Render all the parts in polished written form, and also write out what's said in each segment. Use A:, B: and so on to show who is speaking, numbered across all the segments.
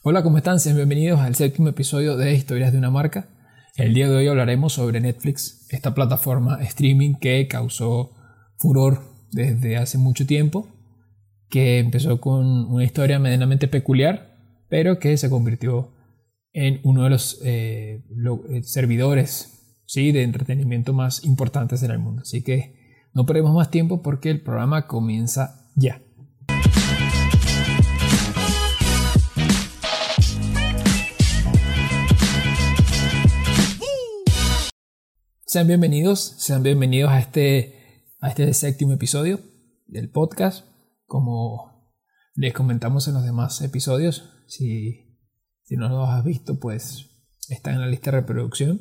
A: Hola, ¿cómo están? Sean bienvenidos al séptimo episodio de Historias de una marca. El día de hoy hablaremos sobre Netflix, esta plataforma streaming que causó furor desde hace mucho tiempo, que empezó con una historia medianamente peculiar, pero que se convirtió en uno de los servidores, ¿sí?, de entretenimiento más importantes en el mundo. Así que no perdemos más tiempo porque el programa comienza ya. Sean bienvenidos a este séptimo episodio del podcast. Como les comentamos en los demás episodios, si no los has visto, pues está en la lista de reproducción.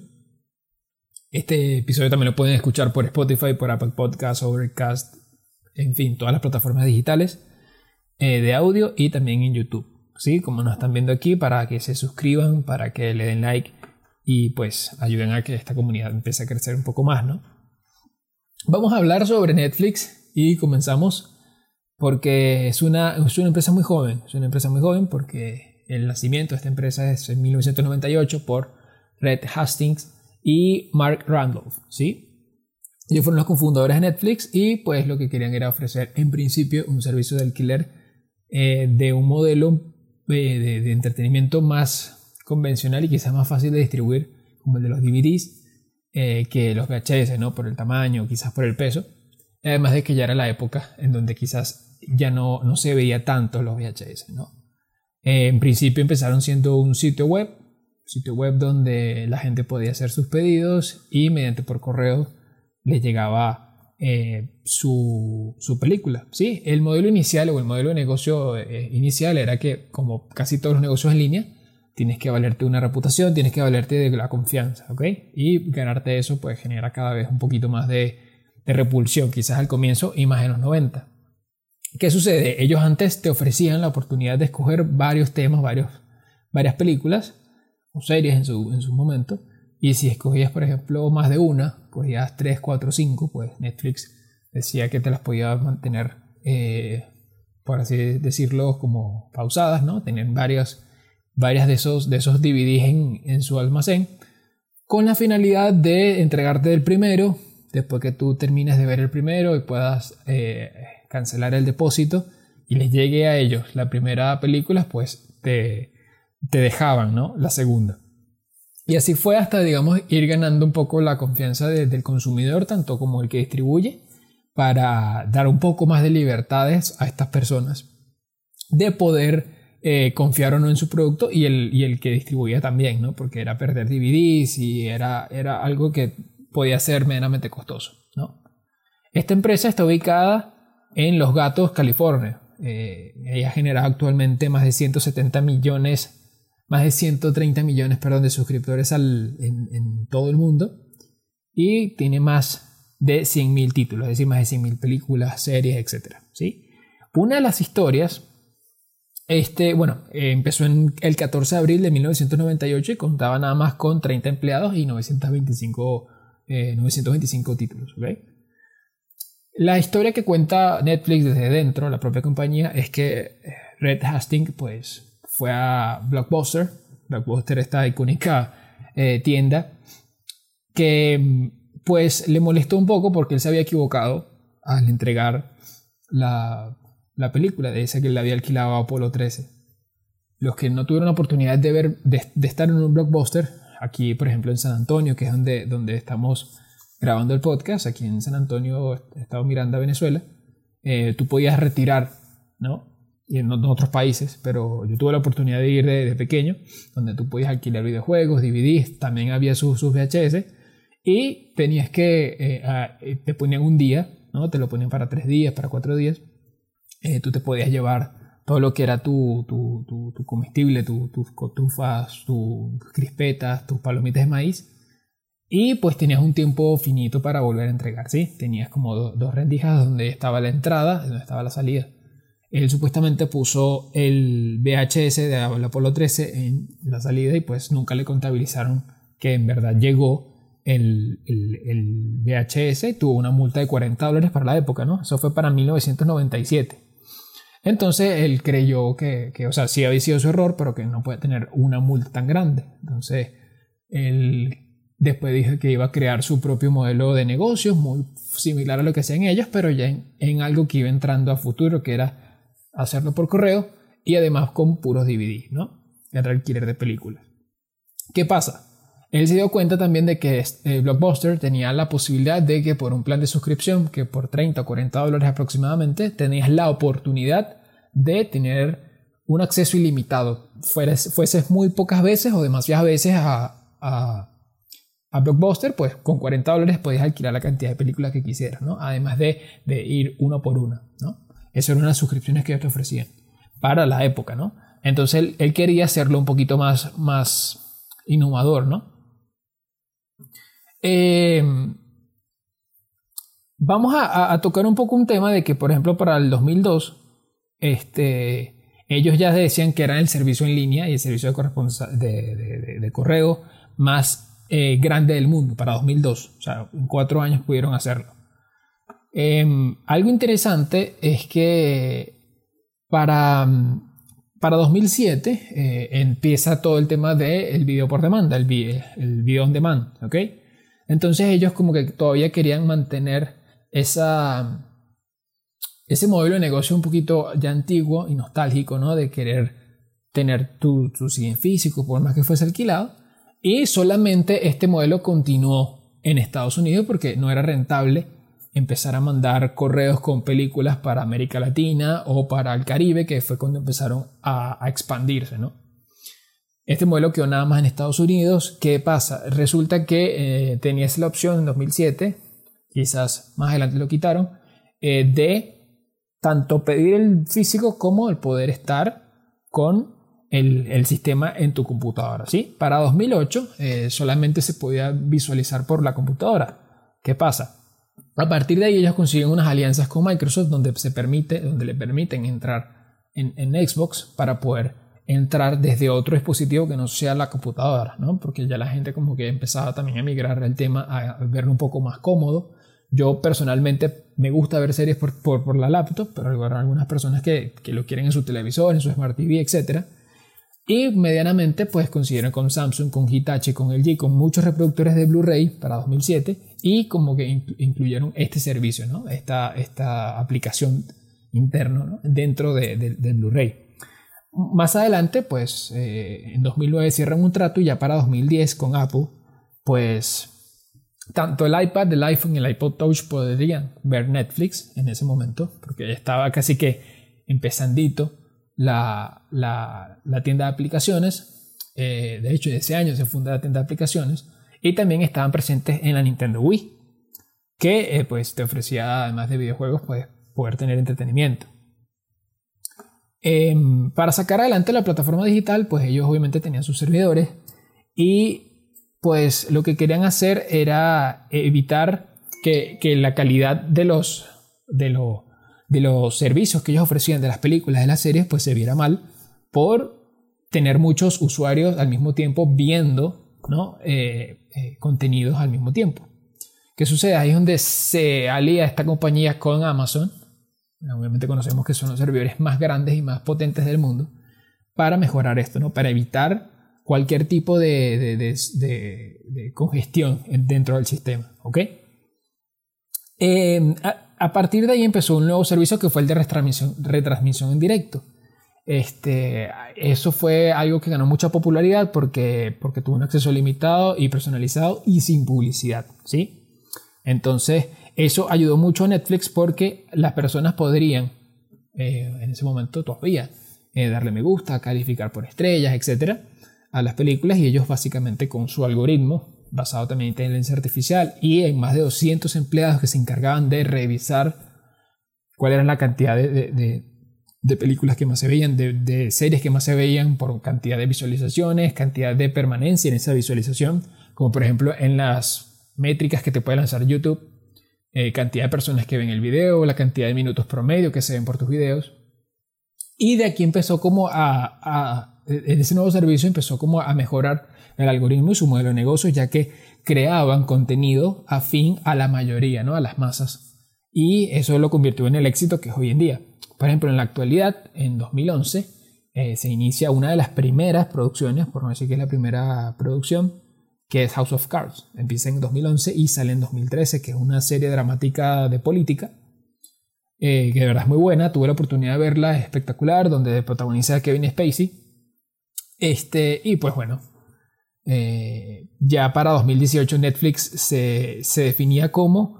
A: Este episodio también lo pueden escuchar por Spotify, por Apple Podcasts, Overcast, en fin, todas las plataformas digitales de audio y también en YouTube, ¿sí? Como nos están viendo aquí, para que se suscriban, para que le den like y pues ayuden a que esta comunidad empiece a crecer un poco más, ¿no? Vamos a hablar sobre Netflix y comenzamos porque es una empresa muy joven. Es una empresa muy joven porque el nacimiento de esta empresa es en 1998 por Reed Hastings y Mark Randolph, ¿sí? Ellos fueron los cofundadores de Netflix y pues lo que querían era ofrecer en principio un servicio de alquiler de un modelo de entretenimiento más convencional y quizás más fácil de distribuir, como el de los DVDs, que los VHS, ¿no? Por el tamaño, quizás por el peso. Además de que ya era la época en donde quizás ya no se veía tanto los VHS, ¿no? En principio empezaron siendo un sitio web donde la gente podía hacer sus pedidos y mediante por correo les llegaba su película, ¿sí? El modelo inicial o el modelo de negocio inicial era que, como casi todos los negocios en línea, tienes que valerte una reputación, tienes que valerte de la confianza, ¿ok? Y ganarte eso pues genera cada vez un poquito más de repulsión, quizás al comienzo y más en los 90. ¿Qué sucede? Ellos antes te ofrecían la oportunidad de escoger varios temas, varias películas o series en su momento, y si escogías, por ejemplo, más de una, cogías 3, 4, 5, pues Netflix decía que te las podía mantener, por así decirlo, como pausadas, ¿no? Tener varias de esos DVDs en su almacén, con la finalidad de entregarte el primero después que tú termines de ver el primero y puedas cancelar el depósito y les llegue a ellos la primera película, pues te dejaban, ¿no?, la segunda. Y así fue hasta, digamos, ir ganando un poco la confianza del consumidor, tanto como el que distribuye, para dar un poco más de libertades a estas personas de poder confiar o no en su producto, y el que distribuía también, ¿no? Porque era perder DVDs y era algo que podía ser medianamente costoso, ¿no? Esta empresa está ubicada en Los Gatos, California. Ella genera actualmente más de 130 millones de suscriptores en todo el mundo, y tiene más de 100.000 títulos, es decir, más de 100.000 películas, series, etc., ¿sí? Una de las historias empezó el 14 de abril de 1998 y contaba nada más con 30 empleados y 925 títulos, ¿okay? La historia que cuenta Netflix desde dentro, la propia compañía, es que Reed Hastings pues fue a Blockbuster, esta icónica tienda, que pues le molestó un poco porque él se había equivocado al entregar la película de esa que le había alquilado a Apolo 13. Los que no tuvieron la oportunidad de estar en un Blockbuster, aquí por ejemplo en San Antonio, que es donde estamos grabando el podcast, aquí en San Antonio, Estado Miranda, Venezuela, tú podías retirar, ¿no? Y en otros países, pero yo tuve la oportunidad de ir de pequeño, donde tú podías alquilar videojuegos, DVDs, también había sus VHS, y tenías que, te ponían un día, ¿no? Te lo ponían para 3 días, para 4 días. Tú te podías llevar todo lo que era tu comestible, tus cotufas, tus crispetas, tus palomitas de maíz, y pues tenías un tiempo finito para volver a entregar, ¿sí? Tenías como dos rendijas donde estaba la entrada y donde estaba la salida. Él supuestamente puso el VHS de Apolo 13 en la salida y pues nunca le contabilizaron que en verdad llegó el VHS, y tuvo una multa de $40 para la época, ¿no? Eso fue para 1997. Entonces él creyó que, o sea, sí había sido su error, pero que no puede tener una multa tan grande. Entonces él después dijo que iba a crear su propio modelo de negocios, muy similar a lo que hacían ellos, pero ya en algo que iba entrando a futuro, que era hacerlo por correo y además con puros DVD, ¿no? Era alquiler de películas. ¿Qué pasa? Él se dio cuenta también de que Blockbuster tenía la posibilidad de que por un plan de suscripción, que por 30 o 40 dólares aproximadamente, tenías la oportunidad de tener un acceso ilimitado. Fueses muy pocas veces o demasiadas veces a Blockbuster, pues con 40 dólares podías alquilar la cantidad de películas que quisieras, ¿no? Además de ir uno por una, ¿no? Esas eran las suscripciones que ellos te ofrecían para la época, ¿no? Entonces él quería hacerlo un poquito más innovador, ¿no? Vamos a tocar un poco un tema de que, por ejemplo, para el 2002, ellos ya decían que eran el servicio en línea y el servicio de correo más grande del mundo para 2002. O sea, en 4 años pudieron hacerlo. Algo interesante es que para 2007 empieza todo el tema del video por demanda, el video on demand, ¿ok? Entonces ellos como que todavía querían mantener ese modelo de negocio un poquito ya antiguo y nostálgico, ¿no? De querer tener tu CD en físico, por más que fuese alquilado. Y solamente este modelo continuó en Estados Unidos porque no era rentable empezar a mandar correos con películas para América Latina o para el Caribe, que fue cuando empezaron a expandirse, ¿no? Este modelo quedó nada más en Estados Unidos. ¿Qué pasa? Resulta que tenías la opción en 2007, quizás más adelante lo quitaron, de tanto pedir el físico como el poder estar con el sistema en tu computadora, ¿sí? Para 2008 solamente se podía visualizar por la computadora. ¿Qué pasa? A partir de ahí ellos consiguen unas alianzas con Microsoft donde le permiten entrar en Xbox para poder entrar desde otro dispositivo que no sea la computadora, ¿no? Porque ya la gente como que empezaba también a migrar el tema a verlo un poco más cómodo. Yo personalmente me gusta ver series por la laptop, pero hay algunas personas que lo quieren en su televisor, en su Smart TV, etc. Y medianamente pues consiguieron con Samsung, con Hitachi, con LG, con muchos reproductores de Blu-ray para 2007 y como que incluyeron este servicio, ¿no? Esta aplicación interna, ¿no? Dentro del Blu-ray. Más adelante, pues en 2009 cierran un trato y ya para 2010 con Apple, pues tanto el iPad, el iPhone y el iPod Touch podrían ver Netflix en ese momento, porque ya estaba casi que empezandito la tienda de aplicaciones. De hecho, ese año se funda la tienda de aplicaciones y también estaban presentes en la Nintendo Wii, que pues te ofrecía, además de videojuegos, pues poder tener entretenimiento. Para sacar adelante la plataforma digital, pues ellos obviamente tenían sus servidores y pues lo que querían hacer era evitar que la calidad de los servicios que ellos ofrecían, de las películas, de las series, pues se viera mal por tener muchos usuarios al mismo tiempo viendo, ¿no? Contenidos al mismo tiempo. ¿Qué sucede? Ahí es donde se alía esta compañía con Amazon. Obviamente conocemos que son los servidores más grandes y más potentes del mundo para mejorar esto, ¿no? Para evitar cualquier tipo de congestión dentro del sistema, ¿ok? A partir de ahí empezó un nuevo servicio que fue el de retransmisión en directo. Eso fue algo que ganó mucha popularidad porque tuvo un acceso limitado y personalizado y sin publicidad, ¿sí? Entonces eso ayudó mucho a Netflix porque las personas podrían en ese momento todavía darle me gusta, calificar por estrellas, etcétera, a las películas, y ellos básicamente con su algoritmo basado también en inteligencia artificial y en más de 200 empleados que se encargaban de revisar cuál era la cantidad de películas que más se veían, de series que más se veían por cantidad de visualizaciones, cantidad de permanencia en esa visualización, como por ejemplo en las métricas que te puede lanzar YouTube, cantidad de personas que ven el video, la cantidad de minutos promedio que se ven por tus videos. Y de aquí empezó como en ese nuevo servicio empezó como a mejorar el algoritmo y su modelo de negocio, ya que creaban contenido afín a la mayoría, ¿no? A las masas. y eso lo convirtió en el éxito que es hoy en día. Por ejemplo, en la actualidad, en 2011, se inicia una de las primeras producciones, por no decir que es la primera producción, que es House of Cards. Empieza en 2011 y sale en 2013, que es una serie dramática de política, que de verdad es muy buena. Tuve la oportunidad de verla, es espectacular, donde protagoniza a Kevin Spacey. Y pues bueno, ya para 2018 Netflix se definía como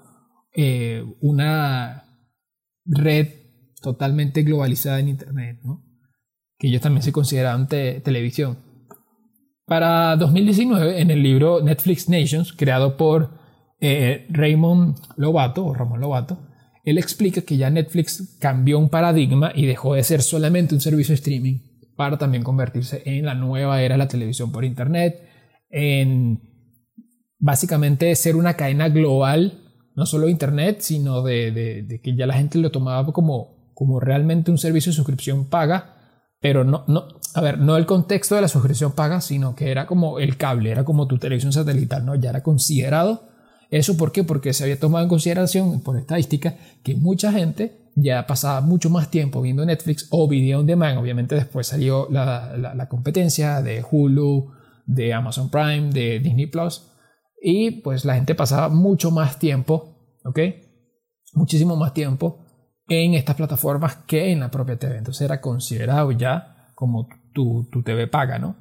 A: una red totalmente globalizada en Internet, ¿no? Que ellos también se consideraban televisión. Para 2019, en el libro Netflix Nations, creado por Ramón Lobato, él explica que ya Netflix cambió un paradigma y dejó de ser solamente un servicio de streaming para también convertirse en la nueva era de la televisión por Internet, en básicamente ser una cadena global, no solo de Internet, sino de que ya la gente lo tomaba como realmente un servicio de suscripción paga, pero no el contexto de la suscripción paga, sino que era como el cable, era como tu televisión satelital, ¿no? Ya era considerado. ¿Eso por qué? Porque se había tomado en consideración, por estadística, que mucha gente ya pasaba mucho más tiempo viendo Netflix o video on demand. Obviamente después salió la competencia de Hulu, de Amazon Prime, de Disney Plus, y pues la gente pasaba mucho más tiempo, ¿ok? Muchísimo más tiempo en estas plataformas que en la propia TV. Entonces era considerado ya como tu TV paga, ¿no?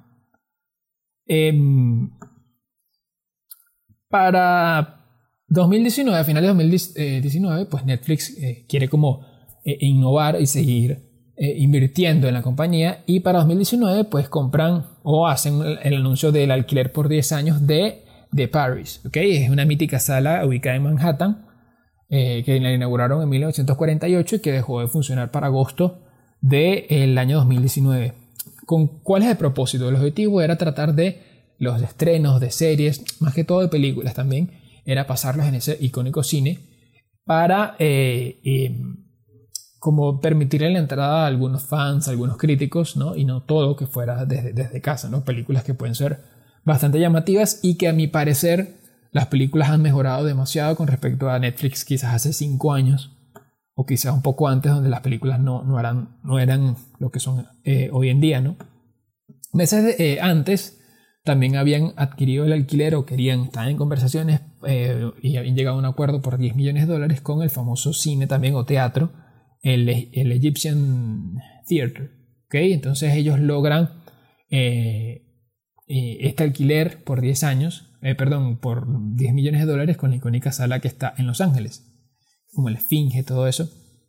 A: Para 2019, a finales de 2019, pues Netflix quiere como innovar y seguir invirtiendo en la compañía, y para 2019 pues compran o hacen el anuncio del alquiler por 10 años de The Paris, ¿ok? Es una mítica sala ubicada en Manhattan, que la inauguraron en 1948 y que dejó de funcionar para agosto del año 2019. ¿Cuál es el propósito? El objetivo era tratar de los estrenos de series, más que todo de películas también, era pasarlos en ese icónico cine para como permitirle la entrada a algunos fans, a algunos críticos, ¿no? Y no todo que fuera desde casa, ¿no? Películas que pueden ser bastante llamativas y que a mi parecer las películas han mejorado demasiado con respecto a Netflix quizás hace 5 años o quizás un poco antes, donde las películas no eran lo que son hoy en día, ¿no? Meses antes también habían adquirido el alquiler o estaban en conversaciones y habían llegado a un acuerdo por $10 millones con el famoso cine también o teatro, el Egyptian Theatre, ¿ok? Entonces ellos logran este alquiler por 10 años, por $10 millones con la icónica sala que está en Los Ángeles, como la Esfinge, todo eso.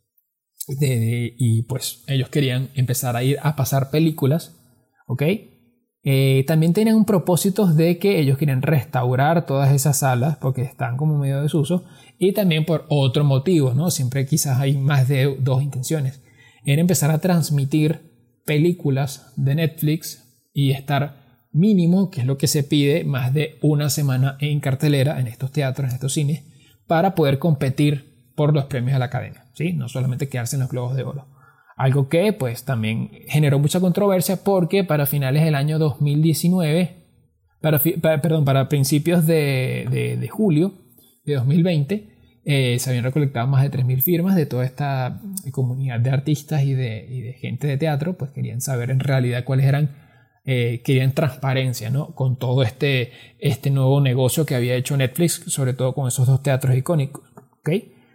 A: Y pues ellos querían empezar a ir a pasar películas, ¿ok? También tenían un propósito de que ellos querían restaurar todas esas salas porque están como medio desuso, y también por otro motivo, ¿no? Siempre quizás hay más de 2 intenciones. Era empezar a transmitir películas de Netflix y estar mínimo, que es lo que se pide, más de una semana en cartelera en estos teatros, en estos cines, para poder competir por los premios de la Academia, ¿sí? No solamente quedarse en los Globos de Oro. Algo que pues también generó mucha controversia porque para finales del año 2019, para principios de julio de 2020, se habían recolectado más de 3.000 firmas de toda esta comunidad de artistas y de gente de teatro, pues querían saber en realidad cuáles eran, querían transparencia, ¿no? Con todo este nuevo negocio que había hecho Netflix, sobre todo con esos 2 teatros icónicos, ¿ok?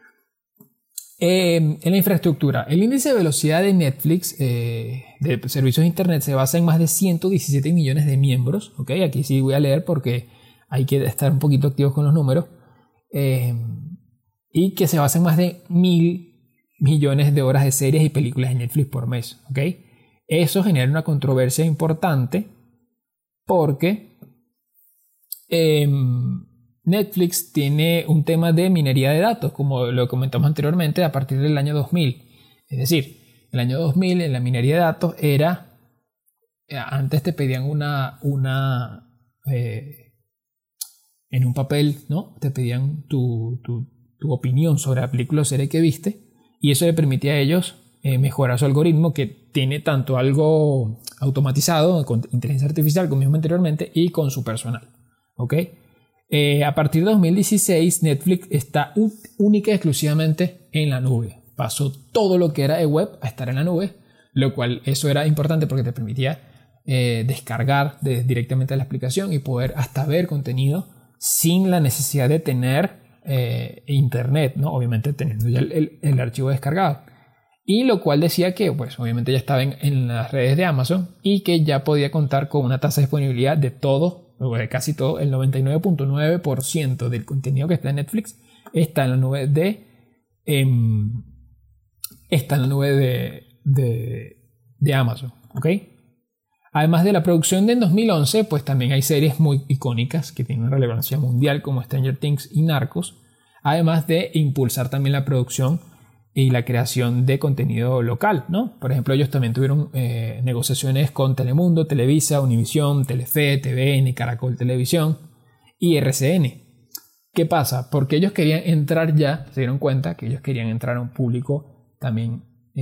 A: En la infraestructura, el índice de velocidad de Netflix de servicios de internet se basa en más de 117 millones de miembros, ¿ok? Aquí sí voy a leer porque hay que estar un poquito activos con los números, y que se basa en más de 1.000 millones de horas de series y películas de Netflix por mes, ¿ok? Eso genera una controversia importante porque Netflix tiene un tema de minería de datos, como lo comentamos anteriormente, a partir del año 2000. Es decir, el año 2000 en la minería de datos era, antes te pedían en un papel, ¿no? Te pedían tu opinión sobre la película o serie que viste, y eso le permitía a ellos mejorar su algoritmo, que tiene tanto algo automatizado con inteligencia artificial, como mismo anteriormente, y con su personal, ¿ok? A partir de 2016, Netflix está única y exclusivamente en la nube. Pasó todo lo que era el web a estar en la nube, lo cual eso era importante porque te permitía descargar directamente la aplicación y poder hasta ver contenido sin la necesidad de tener internet, ¿no? Obviamente teniendo ya el archivo descargado. Y lo cual decía que pues obviamente ya estaba en las redes de Amazon y que ya podía contar con una tasa de disponibilidad de todo, o de casi todo, el 99.9% del contenido que está en Netflix está en la nube de Amazon, ¿ok? Además de la producción de en 2011, pues también hay series muy icónicas que tienen una relevancia mundial como Stranger Things y Narcos, además de impulsar también la producción y la creación de contenido local, ¿no? Por ejemplo, ellos también tuvieron negociaciones con Telemundo, Televisa, Univisión, Telefe, TVN, Caracol Televisión y RCN. ¿Qué pasa? Porque ellos querían entrar ya, se dieron cuenta que ellos querían entrar a un público también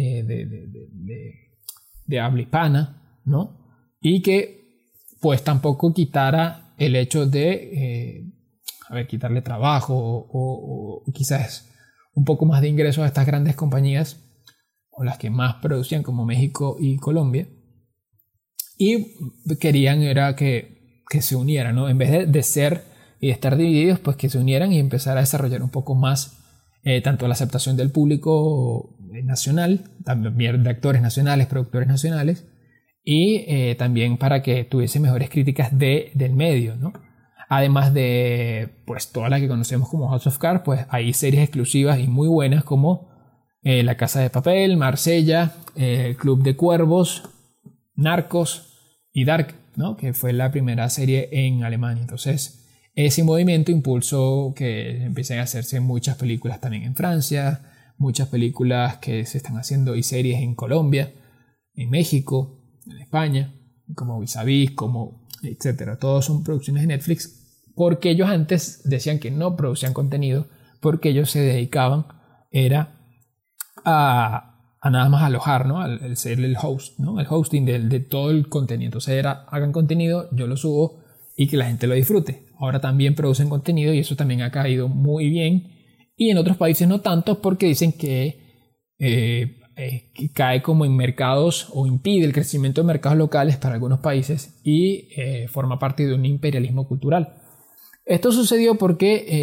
A: de habla hispana, ¿no? Y que pues tampoco quitara el hecho de quitarle trabajo o quizás un poco más de ingresos a estas grandes compañías o las que más producían como México y Colombia, y querían era que se unieran, ¿no? En vez de ser y de estar divididos, pues que se unieran y empezar a desarrollar un poco más tanto la aceptación del público nacional, también de actores nacionales, productores nacionales, y también para que tuviese mejores críticas del medio, ¿no? Además de pues todas las que conocemos como House of Cards, pues hay series exclusivas y muy buenas como La Casa de Papel, Marsella, Club de Cuervos, Narcos y Dark, ¿no? Que fue la primera serie en Alemania. Entonces ese movimiento impulsó que empiecen a hacerse muchas películas también en Francia, muchas películas que se están haciendo y series en Colombia, en México, en España, como Vis a Vis, como etcétera. Todos son producciones de Netflix porque ellos antes decían que no producían contenido porque ellos se dedicaban era a nada más alojar, ¿no? Al ser el host, ¿no? El hosting de todo el contenido. Entonces era hagan contenido, yo lo subo y que la gente lo disfrute. Ahora también producen contenido y eso también ha caído muy bien, y en otros países no tanto porque dicen que cae como en mercados o impide el crecimiento de mercados locales para algunos países y forma parte de un imperialismo cultural. Esto sucedió porque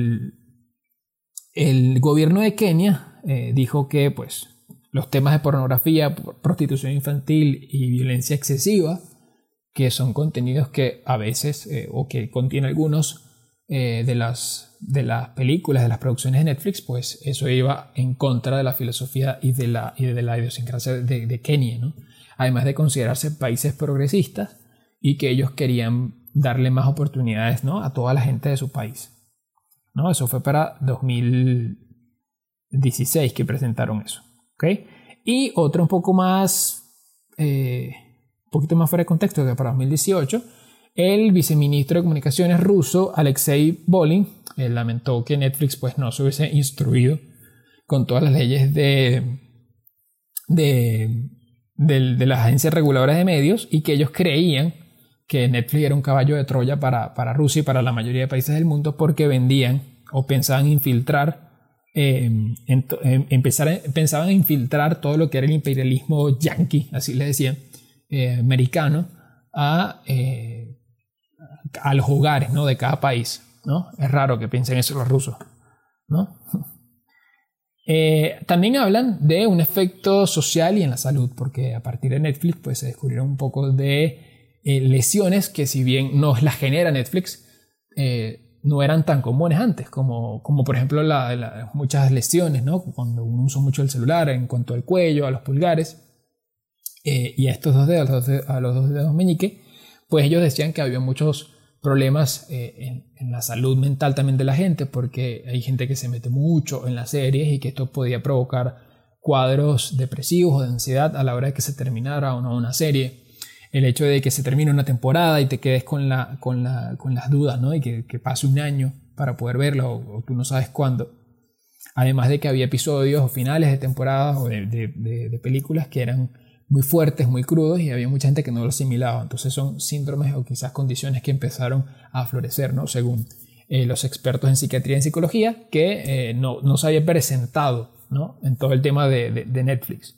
A: el gobierno de Kenia dijo que pues, los temas de pornografía, prostitución infantil y violencia excesiva, que son contenidos que a veces o que contiene algunos de las películas, de las producciones de Netflix, pues eso iba en contra de la filosofía y de la idiosincrasia de Kenia, ¿no? Además de considerarse países progresistas y que ellos querían darle más oportunidades, ¿no? A toda la gente de su país, ¿no? Eso fue para 2016 que presentaron eso, ¿ok? Y otro un poco más, un poquito más fuera de contexto, que para 2018 el viceministro de Comunicaciones ruso, Alexei Volin, lamentó que Netflix pues, no se hubiese instruido con todas las leyes de las agencias reguladoras de medios, y que ellos creían que Netflix era un caballo de Troya para Rusia y para la mayoría de países del mundo, porque vendían o pensaban infiltrar pensaban infiltrar todo lo que era el imperialismo yanqui, así le decían, americano, a los hogares, ¿no? De cada país, ¿no? Es raro que piensen eso los rusos, ¿no? También hablan de un efecto social y en la salud, porque a partir de Netflix pues, se descubrieron un poco de lesiones que, si bien no las genera Netflix, no eran tan comunes antes, como por ejemplo muchas lesiones, ¿no? Cuando uno usa mucho el celular en cuanto al cuello, a los pulgares y a estos dos dedos, a los dos dedos meñique, pues ellos decían que había muchos problemas en la salud mental también de la gente, porque hay gente que se mete mucho en las series y que esto podía provocar cuadros depresivos o de ansiedad a la hora de que se terminara o no una serie. El hecho de que se termine una temporada y te quedes con las dudas, ¿no? Y que pase un año para poder verla o tú no sabes cuándo. Además de que había episodios o finales de temporadas o de películas que eran muy fuertes, muy crudos, y había mucha gente que no lo asimilaba. Entonces son síndromes o quizás condiciones que empezaron a florecer, ¿no? Según los expertos en psiquiatría y en psicología, que no se había presentado, ¿no?, en todo el tema de Netflix.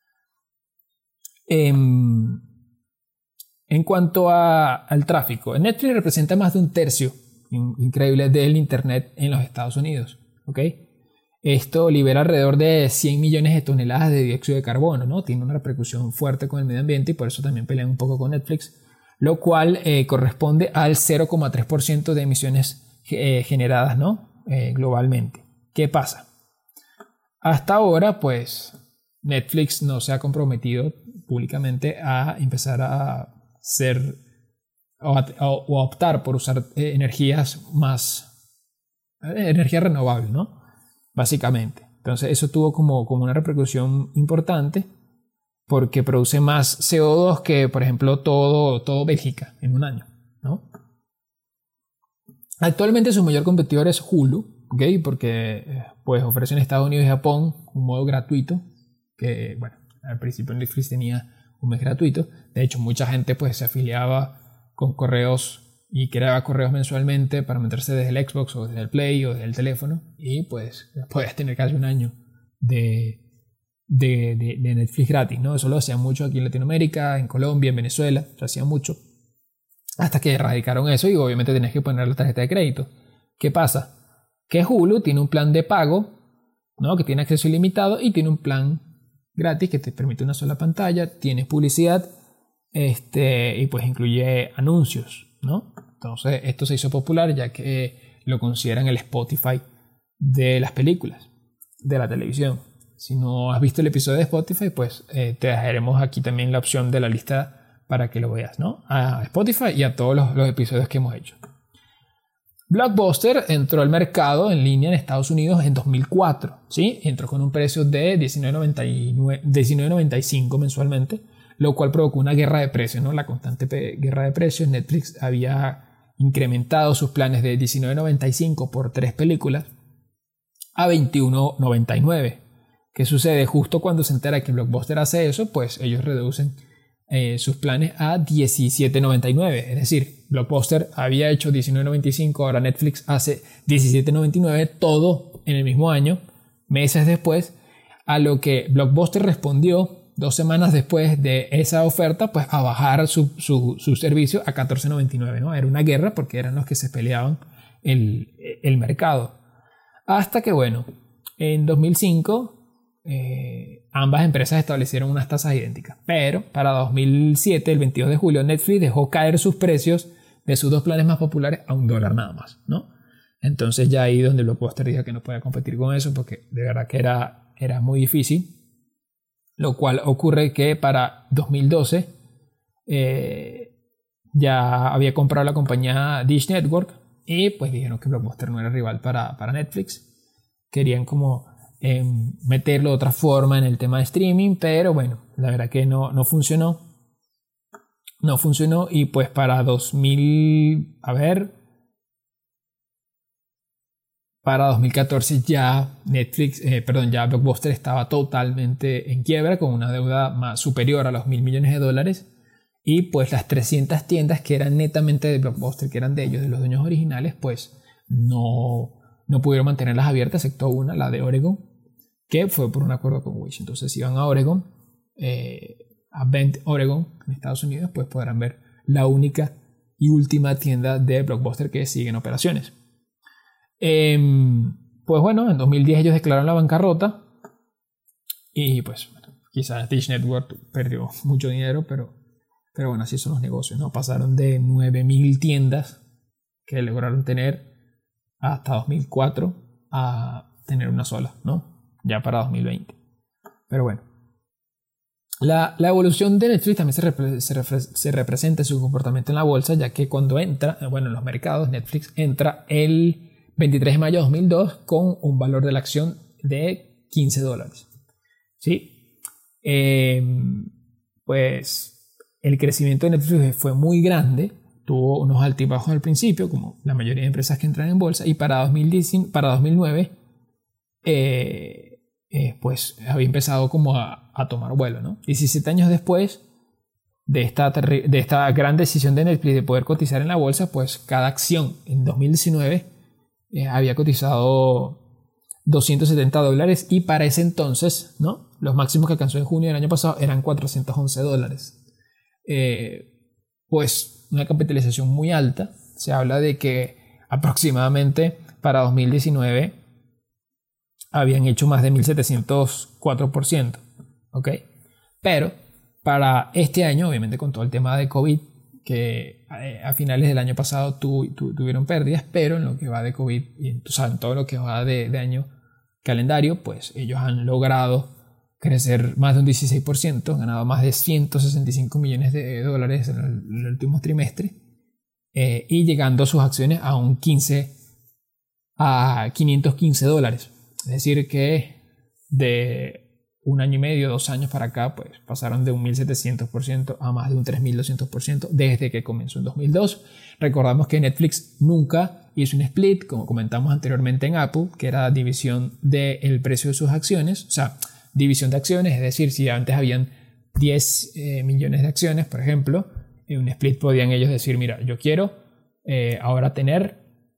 A: En cuanto al tráfico, Netflix representa más de 1/3, increíble, del Internet en los Estados Unidos. ¿Ok? Esto libera alrededor de 100 millones de toneladas de dióxido de carbono, ¿no? Tiene una repercusión fuerte con el medio ambiente y por eso también pelean un poco con Netflix, lo cual corresponde al 0,3% de emisiones generadas, ¿no?, globalmente. ¿Qué pasa? Hasta ahora, pues, Netflix no se ha comprometido públicamente a empezar a ser o a optar por usar energía renovable, ¿no?, básicamente. Entonces eso tuvo como una repercusión importante porque produce más CO2 que, por ejemplo, todo Bélgica en un año, ¿no? Actualmente su mayor competidor es Hulu, ¿ok?, porque pues ofrece en Estados Unidos y Japón un modo gratuito que, bueno, al principio Netflix tenía un mes gratuito. De hecho, mucha gente pues se afiliaba con correos y creaba correos mensualmente para meterse desde el Xbox o desde el Play o desde el teléfono, y pues podías tener casi un año de Netflix gratis, ¿no? Eso lo hacían mucho aquí en Latinoamérica, en Colombia, en Venezuela, se hacía mucho, hasta que erradicaron eso y obviamente tenías que poner la tarjeta de crédito. ¿Qué pasa? Que Hulu tiene un plan de pago, ¿no?, que tiene acceso ilimitado, y tiene un plan gratis que te permite una sola pantalla, tienes publicidad, y pues incluye anuncios, ¿no? Entonces esto se hizo popular ya que lo consideran el Spotify de las películas, de la televisión. Si no has visto el episodio de Spotify, pues te dejaremos aquí también la opción de la lista para que lo veas, ¿no?, a Spotify y a todos los episodios que hemos hecho. Blockbuster entró al mercado en línea en Estados Unidos en 2004, ¿sí? Entró con un precio de $19.95 mensualmente, lo cual provocó una guerra de precios, ¿no?, la constante guerra de precios. Netflix había incrementado sus planes de $19.95 por 3 películas a $21.99. ¿Qué sucede? Justo cuando se entera que Blockbuster hace eso, pues ellos reducen sus planes a $17.99. Es decir, Blockbuster había hecho $19.95, ahora Netflix hace $17.99, todo en el mismo año, meses después, a lo que Blockbuster respondió 2 semanas después de esa oferta, pues a bajar su servicio a $14.99, ¿no? Era una guerra porque eran los que se peleaban el mercado. Hasta que, bueno, en 2005 ambas empresas establecieron unas tasas idénticas, pero para 2007, el 22 de julio, Netflix dejó caer sus precios de sus 2 planes más populares a $1 nada más, ¿no? Entonces ya ahí donde Blockbuster dijo que no podía competir con eso, porque de verdad que era muy difícil. Lo cual ocurre que para 2012 ya había comprado la compañía Dish Network y pues dijeron que Blockbuster no era rival para Netflix. Querían como meterlo de otra forma en el tema de streaming, pero bueno, la verdad que no funcionó. No funcionó y pues para 2014 ya ya Blockbuster estaba totalmente en quiebra, con una deuda más superior a los $1.000 millones, y pues las 300 tiendas que eran netamente de Blockbuster, que eran de ellos, de los dueños originales, pues no pudieron mantenerlas abiertas, excepto una, la de Oregon, que fue por un acuerdo con Wish. Entonces si van a Oregon, a Bend, Oregon, en Estados Unidos, pues podrán ver la única y última tienda de Blockbuster que sigue en operaciones. Pues bueno, en 2010 ellos declararon la bancarrota y pues bueno, quizás Dish Network perdió mucho dinero, pero bueno, así son los negocios, ¿no? Pasaron de 9.000 tiendas que lograron tener hasta 2004 a tener una sola, ¿no?, ya para 2020. Pero bueno, la evolución de Netflix también se representa en su comportamiento en la bolsa, ya que cuando entra, en los mercados, Netflix entra el 23 de mayo de 2002 con un valor de la acción de $15. ¿Sí? Pues el crecimiento de Netflix fue muy grande, tuvo unos altibajos al principio, como la mayoría de empresas que entran en bolsa, y para 2009 pues había empezado como a tomar vuelo, ¿no? 17 años después de esta gran decisión de Netflix de poder cotizar en la bolsa, pues cada acción en 2019 había cotizado $270 y para ese entonces, ¿no?, los máximos que alcanzó en junio del año pasado eran $411. Pues una capitalización muy alta. Se habla de que aproximadamente para 2019 habían hecho más de 1.704%, ¿ok? Pero para este año, obviamente con todo el tema de COVID, que a finales del año pasado tuvieron pérdidas, pero en lo que va de COVID, y, o sea, en todo lo que va de año calendario, pues ellos han logrado crecer más de un 16%, han ganado más de $165 millones en el último trimestre, y llegando sus acciones a $515. Es decir que de un año y medio, 2 años para acá, pues pasaron de un 1.700% a más de un 3.200% desde que comenzó en 2002. Recordamos que Netflix nunca hizo un split, como comentamos anteriormente en Apple, que era división del precio de sus acciones, o sea, división de acciones, es decir, si antes habían 10 millones de acciones, por ejemplo, en un split podían ellos decir, mira, yo quiero ahora tener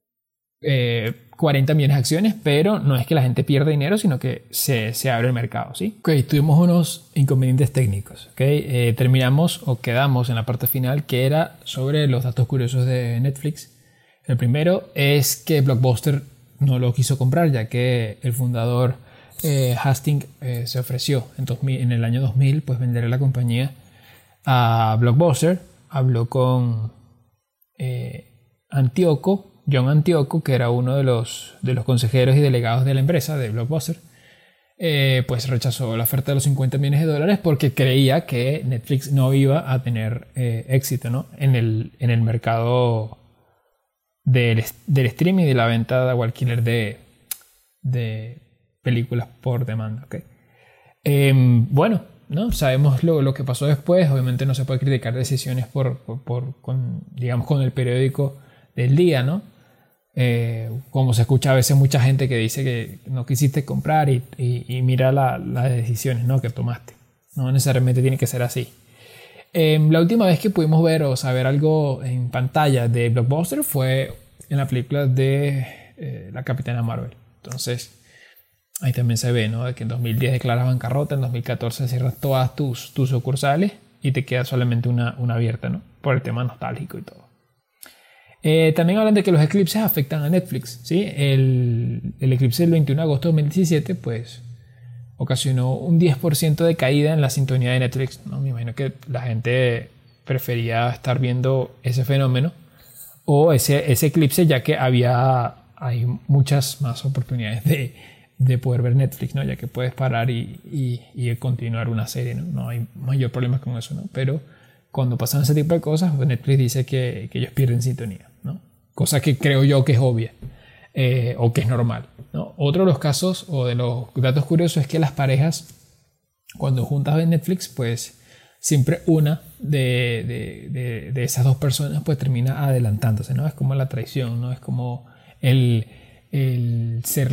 A: 40 millones de acciones, pero no es que la gente pierda dinero, sino que se abre el mercado, ¿sí? Ok, tuvimos unos inconvenientes técnicos, ¿ok? Terminamos o quedamos en la parte final, que era sobre los datos curiosos de Netflix. El primero es que Blockbuster no lo quiso comprar, ya que el fundador Hastings se ofreció en el año 2000 pues vender la compañía a Blockbuster. Habló con John Antioco, que era uno de los consejeros y delegados de la empresa de Blockbuster. Pues rechazó la oferta de los $50 millones porque creía que Netflix no iba a tener éxito, ¿no?, en el mercado del streaming y de la venta o alquiler de películas por demanda, ¿okay? Bueno, ¿no? Sabemos lo que pasó después. Obviamente no se puede criticar decisiones con el periódico del día, ¿no? Como se escucha a veces mucha gente que dice que no quisiste comprar y mira las decisiones, ¿no?, que tomaste. No necesariamente tiene que ser así. La última vez que pudimos ver o saber algo en pantalla de Blockbuster fue en la película de la Capitana Marvel. Entonces ahí también se ve, ¿no?, de que en 2010 declaras bancarrota, en 2014 cierras todas tus sucursales y te queda solamente una abierta, ¿no?, por el tema nostálgico y todo. También hablan de que los eclipses afectan a Netflix, ¿sí? El eclipse del 21 de agosto de 2017 pues ocasionó un 10% de caída en la sintonía de Netflix, ¿no? Me imagino que la gente prefería estar viendo ese fenómeno o ese eclipse, ya que hay muchas más oportunidades de poder ver Netflix, ¿no?, ya que puedes parar y continuar una serie, ¿no? No hay mayor problema con eso, ¿no? Pero cuando pasan ese tipo de cosas, pues Netflix dice que ellos pierden sintonía, ¿no? Cosa que creo yo que es obvia, o que es normal, ¿no? Otro de los casos o de los datos curiosos es que las parejas, cuando juntas ven Netflix, pues siempre una de esas dos personas pues termina adelantándose, ¿no? Es como la traición, ¿no? Es como el ser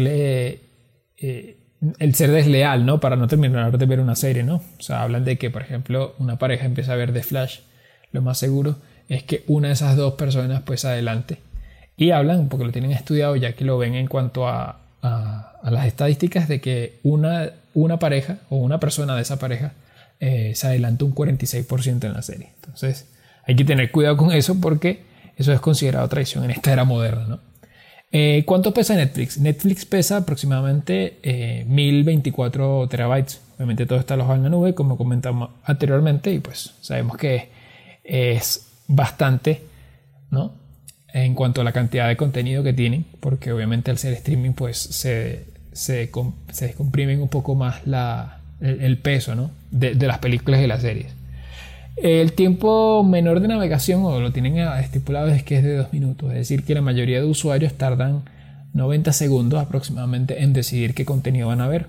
A: desleal, ¿no?, para no terminar de ver una serie, ¿no? O sea, hablan de que, por ejemplo, una pareja empieza a ver The Flash, lo más seguro es que una de esas dos personas pues adelante. Y hablan, porque lo tienen estudiado, ya que lo ven en cuanto a las estadísticas, de que una pareja o una persona de esa pareja se adelanta un 46% en la serie. Entonces hay que tener cuidado con eso, porque eso es considerado traición en esta era moderna, ¿no? ¿Cuánto pesa Netflix? Netflix pesa aproximadamente 1024 terabytes. Obviamente todo está alojado en la nube, como comentamos anteriormente, y pues sabemos que es bastante, ¿no?, en cuanto a la cantidad de contenido que tienen, porque obviamente al ser streaming pues se descomprimen un poco más el peso, ¿no?, de las películas y las series. El tiempo menor de navegación, o lo tienen estipulado, es que es de 2 minutos. Es decir, que la mayoría de usuarios tardan 90 segundos aproximadamente en decidir qué contenido van a ver.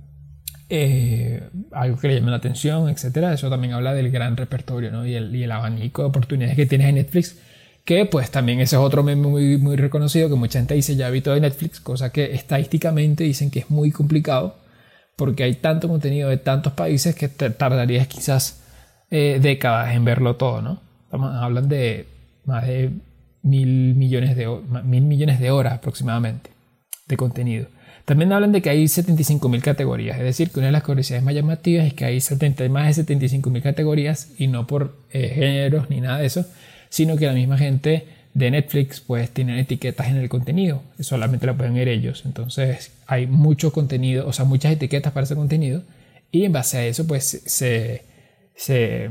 A: Algo que le llame la atención, etcétera. Eso también habla del gran repertorio, ¿no?, y el abanico de oportunidades que tienes en Netflix. Que pues también ese es otro meme muy, muy reconocido, que mucha gente dice ya vi todo de Netflix, cosa que estadísticamente dicen que es muy complicado, porque hay tanto contenido de tantos países que tardarías quizás décadas en verlo todo, ¿no? Hablan de más de mil millones de horas aproximadamente de contenido. También hablan de que hay 75.000 categorías, es decir, que una de las curiosidades más llamativas es que hay más de 75.000 categorías y no por géneros ni nada de eso, sino que la misma gente de Netflix pues tienen etiquetas en el contenido, que solamente la pueden ver ellos. Entonces hay mucho contenido, o sea, muchas etiquetas para ese contenido y en base a eso pues se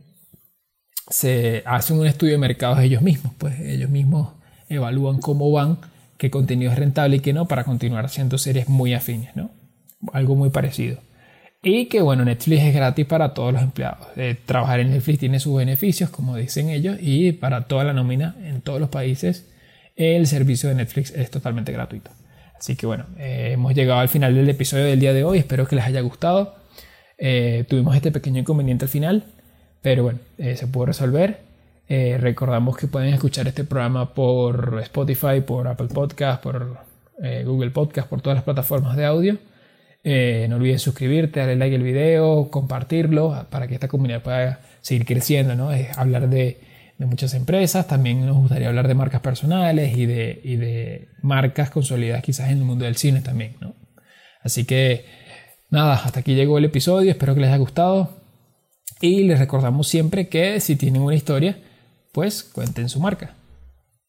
A: hacen un estudio de mercados ellos mismos, pues ellos mismos evalúan cómo van, qué contenido es rentable y qué no, para continuar haciendo series muy afines, ¿no? Algo muy parecido. Y que bueno, Netflix es gratis para todos los empleados. Trabajar en Netflix tiene sus beneficios, como dicen ellos, y para toda la nómina en todos los países el servicio de Netflix es totalmente gratuito. Así que bueno, hemos llegado al final del episodio del día de hoy. Espero que les haya gustado. Tuvimos este pequeño inconveniente al final, pero bueno, se pudo resolver. Recordamos que pueden escuchar este programa por Spotify, por Apple Podcast, por Google Podcast, por todas las plataformas de audio. No olvides suscribirte, darle like al video, compartirlo para que esta comunidad pueda seguir creciendo, ¿no? Hablar de muchas empresas. También nos gustaría hablar de marcas personales y de marcas consolidadas quizás en el mundo del cine también, ¿no? Así que nada, hasta aquí llegó el episodio. Espero que les haya gustado. Y les recordamos siempre que si tienen una historia, pues cuenten su marca.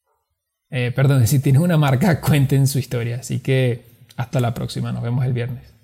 A: Si tienen una marca, cuenten su historia. Así que hasta la próxima. Nos vemos el viernes.